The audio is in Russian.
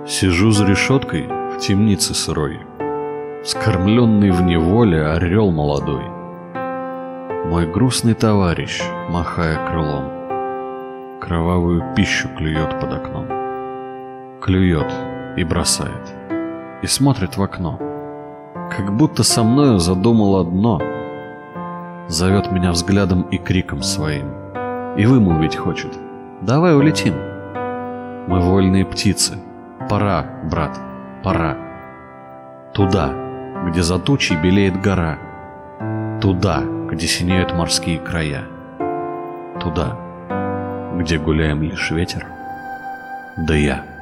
Сижу за решеткой в темнице сырой, скормленный в неволе орел молодой. Мой грустный товарищ, махая крылом, кровавую пищу клюет под окном. Клюет и бросает, и смотрит в окно, как будто со мною задумал одно. Зовет меня взглядом и криком своим, и вымолвить хочет: давай улетим. Мы вольные птицы, пора, брат, пора. Туда, где за тучей белеет гора, туда, где синеют морские края, туда, где гуляем лишь ветер, да я.